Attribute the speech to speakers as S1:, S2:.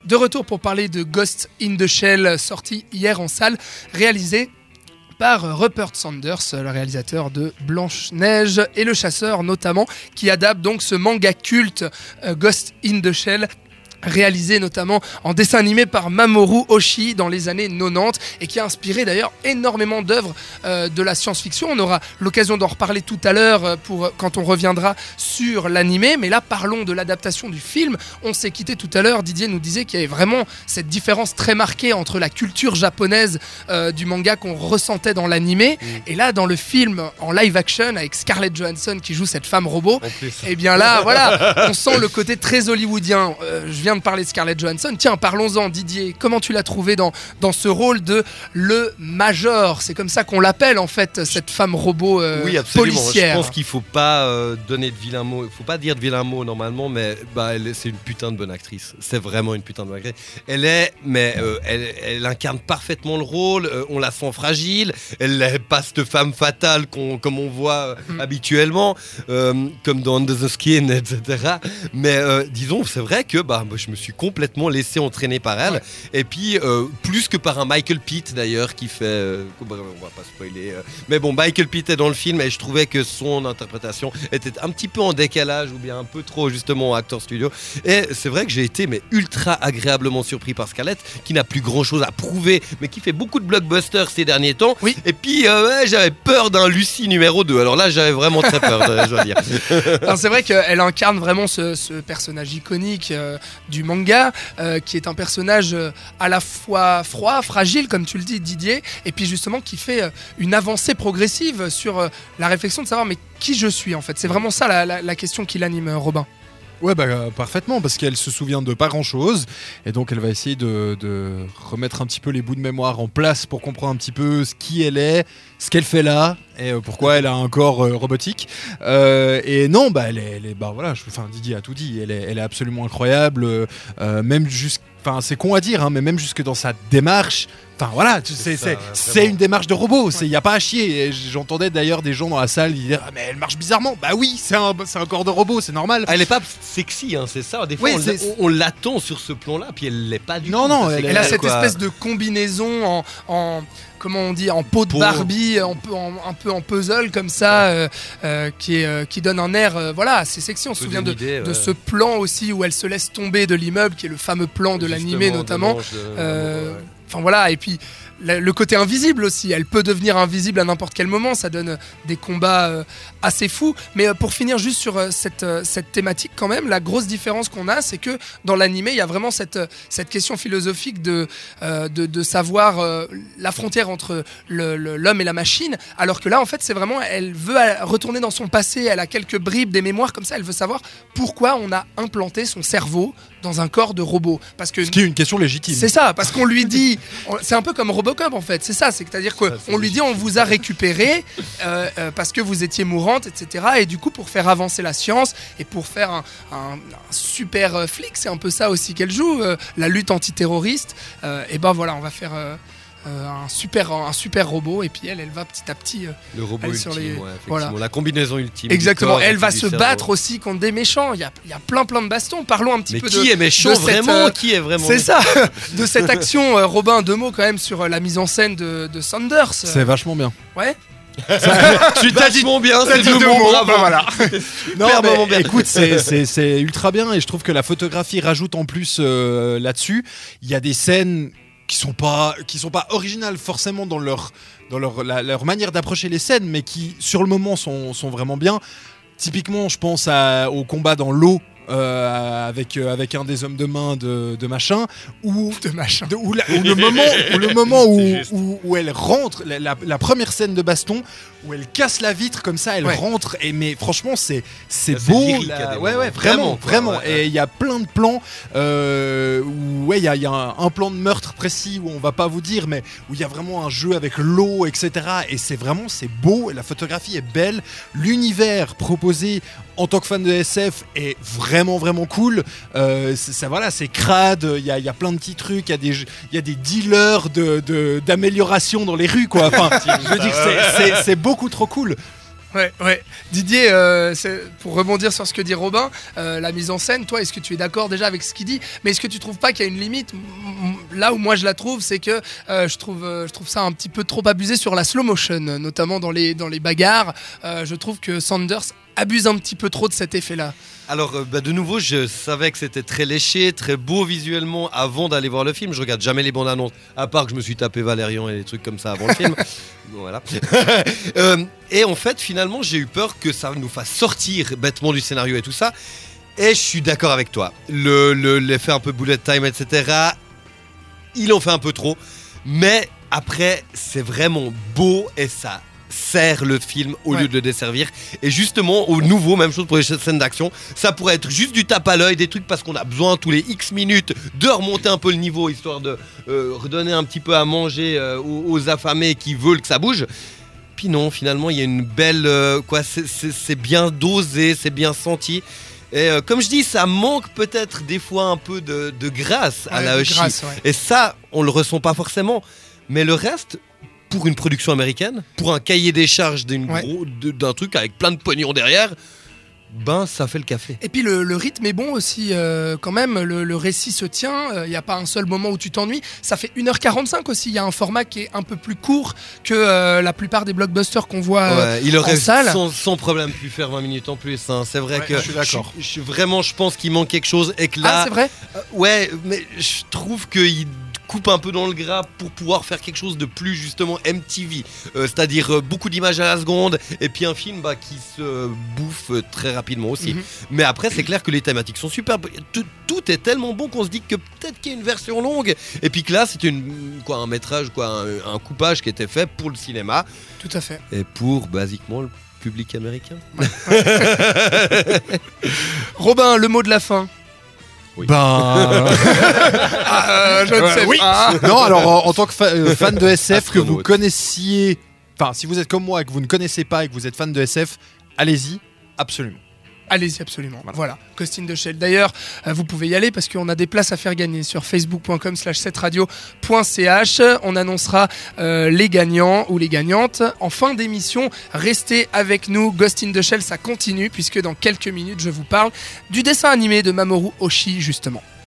S1: De retour pour parler de Ghost in the Shell, sorti hier en salle, réalisé par Rupert Sanders, le réalisateur de Blanche-Neige et le Chasseur notamment, qui adapte donc ce manga culte Ghost in the Shell, réalisé notamment en dessin animé par Mamoru Oshii dans les années 90 et qui a inspiré d'ailleurs énormément d'œuvres de la science-fiction. On aura l'occasion d'en reparler tout à l'heure quand on reviendra sur l'animé, mais là parlons de l'adaptation du film. On s'est quitté tout à l'heure, Didier nous disait qu'il y avait vraiment cette différence très marquée entre la culture japonaise du manga qu'on ressentait dans l'animé et là dans le film en live action avec Scarlett Johansson qui joue cette femme robot, et bien là voilà, on sent le côté très hollywoodien. Je viens de parler de Scarlett Johansson. Tiens, parlons-en, Didier. Comment tu l'as trouvé dans ce rôle de le Major? C'est comme ça qu'on l'appelle, en fait, cette femme robot
S2: oui, absolument.
S1: policière.
S2: Je pense qu'il ne faut pas donner de vilains mots. Il ne faut pas dire de vilains mots, normalement, mais c'est une putain de bonne actrice. C'est vraiment une putain de bonne actrice. Elle incarne parfaitement le rôle. On la sent fragile. Elle n'est pas cette femme fatale comme on voit habituellement, comme dans Under the Skin, etc. Mais disons, c'est vrai que je me suis complètement laissé entraîner par elle. Ouais. Et puis, plus que par un Michael Pitt d'ailleurs, qui fait... on va pas spoiler. Mais bon, Michael Pitt est dans le film et je trouvais que son interprétation était un petit peu en décalage ou bien un peu trop justement acteur studio. Et c'est vrai que j'ai été ultra agréablement surpris par Scarlett, qui n'a plus grand chose à prouver, mais qui fait beaucoup de blockbusters ces derniers temps.
S1: Oui.
S2: Et puis, j'avais peur d'un Lucie numéro 2. Alors là, j'avais vraiment très peur, je dois dire.
S1: Alors, c'est vrai qu'elle incarne vraiment ce personnage iconique du manga, qui est un personnage à la fois froid, fragile, comme tu le dis Didier, et puis justement qui fait une avancée progressive sur la réflexion de savoir mais qui je suis en fait. C'est vraiment ça la question qui l'anime, Robin.
S3: Ouais, parfaitement, parce qu'elle se souvient de pas grand chose et donc elle va essayer de remettre un petit peu les bouts de mémoire en place pour comprendre un petit peu qui elle est, ce qu'elle fait là et pourquoi elle a un corps robotique. Et non, elle est voilà, Didier a tout dit, elle est absolument incroyable, même c'est con à dire, hein, mais même jusque dans sa démarche. Enfin voilà, c'est une démarche de robot, il n'y a pas à chier. Et j'entendais d'ailleurs des gens dans la salle dire mais elle marche bizarrement. Bah oui, c'est un corps de robot, c'est normal.
S2: Elle n'est pas sexy, hein, c'est ça. Des fois, on l'attend sur ce plan-là, puis elle l'est pas du tout.
S1: Non, elle a cette espèce de combinaison en comment on dit, en peau de Barbie, un peu en puzzle comme ça, qui donne un air assez sexy. On se souvient de ce plan aussi où elle se laisse tomber de l'immeuble, qui est le fameux plan de l'animé notamment. Enfin voilà, et puis le côté invisible aussi, elle peut devenir invisible à n'importe quel moment, ça donne des combats assez fous. Mais pour finir juste sur cette thématique quand même, la grosse différence qu'on a, c'est que dans l'animé, il y a vraiment cette question philosophique de savoir la frontière entre l'homme et la machine, alors que là en fait c'est vraiment, elle veut retourner dans son passé, elle a quelques bribes des mémoires comme ça, elle veut savoir pourquoi on a implanté son cerveau dans un corps de robot. Parce que,
S3: ce qui est une question légitime.
S1: C'est ça, parce qu'on lui dit, c'est un peu comme Robocop en fait, c'est-à-dire qu'on lui dit on vous a récupéré parce que vous étiez mourante, etc. Et du coup pour faire avancer la science et pour faire un super flic, c'est un peu ça aussi qu'elle joue, la lutte antiterroriste, et voilà, on va faire... un super robot, et puis elle va petit à petit
S2: le robot ultime,
S1: voilà.
S2: La combinaison ultime.
S1: Exactement, elle va se battre aussi contre des méchants. Il y a plein de bastons. Parlons un petit peu
S2: qui est méchant vraiment, qui est vraiment
S1: c'est ça, de cette action. Robin, deux mots quand même sur la mise en scène de Sanders.
S3: C'est vachement bien.
S1: Ouais.
S2: Tu t'as dit bien, c'est deux mots, bravo.
S3: Voilà. Non, mais écoute, c'est ultra bien, et je trouve que la photographie rajoute en plus là-dessus. Il y a des scènes qui sont pas originales forcément dans leur manière d'approcher les scènes, mais qui sur le moment sont vraiment bien. Typiquement, je pense au combat dans l'eau avec un des hommes de main de machin, où le moment où elle rentre, la première scène de baston où elle casse la vitre comme ça, elle rentre, mais franchement c'est beau, vraiment. Et il y a plein de plans où il y a un plan de meurtre précis où on va pas vous dire, mais où il y a vraiment un jeu avec l'eau, etc. Et c'est beau, la photographie est belle, l'univers proposé en tant que fan de SF est vraiment cool. C'est crade, il y a plein de petits trucs, il y a des dealers d'amélioration dans les rues, quoi. Enfin, je veux dire, c'est beaucoup trop cool.
S1: Ouais. Didier, pour rebondir sur ce que dit Robin, la mise en scène, toi, est-ce que tu es d'accord déjà avec ce qu'il dit? Mais est-ce que tu trouves pas qu'il y a une limite? Là où moi je la trouve, c'est que je trouve ça un petit peu trop abusé sur la slow motion, notamment dans les bagarres. Je trouve que Sanders abuse un petit peu trop de cet effet-là.
S2: Alors, de nouveau, je savais que c'était très léché, très beau visuellement avant d'aller voir le film. Je regarde jamais les bandes annonces, à part que je me suis tapé Valérian et des trucs comme ça avant le film. Voilà. Et en fait, finalement, j'ai eu peur que ça nous fasse sortir bêtement du scénario et tout ça. Et je suis d'accord avec toi. L'effet un peu bullet time, etc., il en fait un peu trop. Mais après, c'est vraiment beau et ça sert le film au lieu de le desservir. Et justement, au nouveau, même chose pour les scènes d'action, ça pourrait être juste du tape à l'œil, des trucs parce qu'on a besoin tous les X minutes de remonter un peu le niveau, histoire de redonner un petit peu à manger aux affamés qui veulent que ça bouge. Puis non, finalement, il y a une belle... c'est bien dosé, c'est bien senti. Et comme je dis, ça manque peut-être des fois un peu de grâce à la Hershey. Et ça, on le ressent pas forcément. Mais le reste... Pour une production américaine, pour un cahier des charges d'un truc avec plein de pognon derrière, ça fait le café.
S1: Et puis le rythme est bon aussi, quand même, le récit se tient, il n'y a pas un seul moment où tu t'ennuies. Ça fait 1h45 aussi, il y a un format qui est un peu plus court que la plupart des blockbusters qu'on voit
S2: il aurait
S1: en salle.
S2: Sans problème pu faire 20 minutes en plus, hein. C'est vrai que
S3: je suis d'accord.
S2: Je pense qu'il manque quelque chose et que là...
S1: Ah, c'est vrai
S2: mais je trouve qu'il coupe un peu dans le gras pour pouvoir faire quelque chose de plus justement MTV, c'est-à-dire beaucoup d'images à la seconde et puis un film qui se bouffe très rapidement aussi. Mais après c'est clair que les thématiques sont superbes, tout est tellement bon qu'on se dit que peut-être qu'il y a une version longue et puis que là c'est un métrage, un coupage qui était fait pour le cinéma.
S1: Tout à fait.
S2: Et pour basiquement le public américain.
S1: Robin, le mot de la fin.
S3: Oui.
S1: Je ne sais pas.
S3: Non, alors en tant que fan de SF, que vous connaissiez, enfin si vous êtes comme moi et que vous ne connaissez pas et que vous êtes fan de SF, allez-y, absolument.
S1: Allez-y, absolument. Voilà, Ghost in the Shell. D'ailleurs, vous pouvez y aller parce qu'on a des places à faire gagner sur facebook.com/7radio.ch. On annoncera les gagnants ou les gagnantes en fin d'émission. Restez avec nous. Ghost in the Shell, ça continue puisque dans quelques minutes, je vous parle du dessin animé de Mamoru Oshii, justement.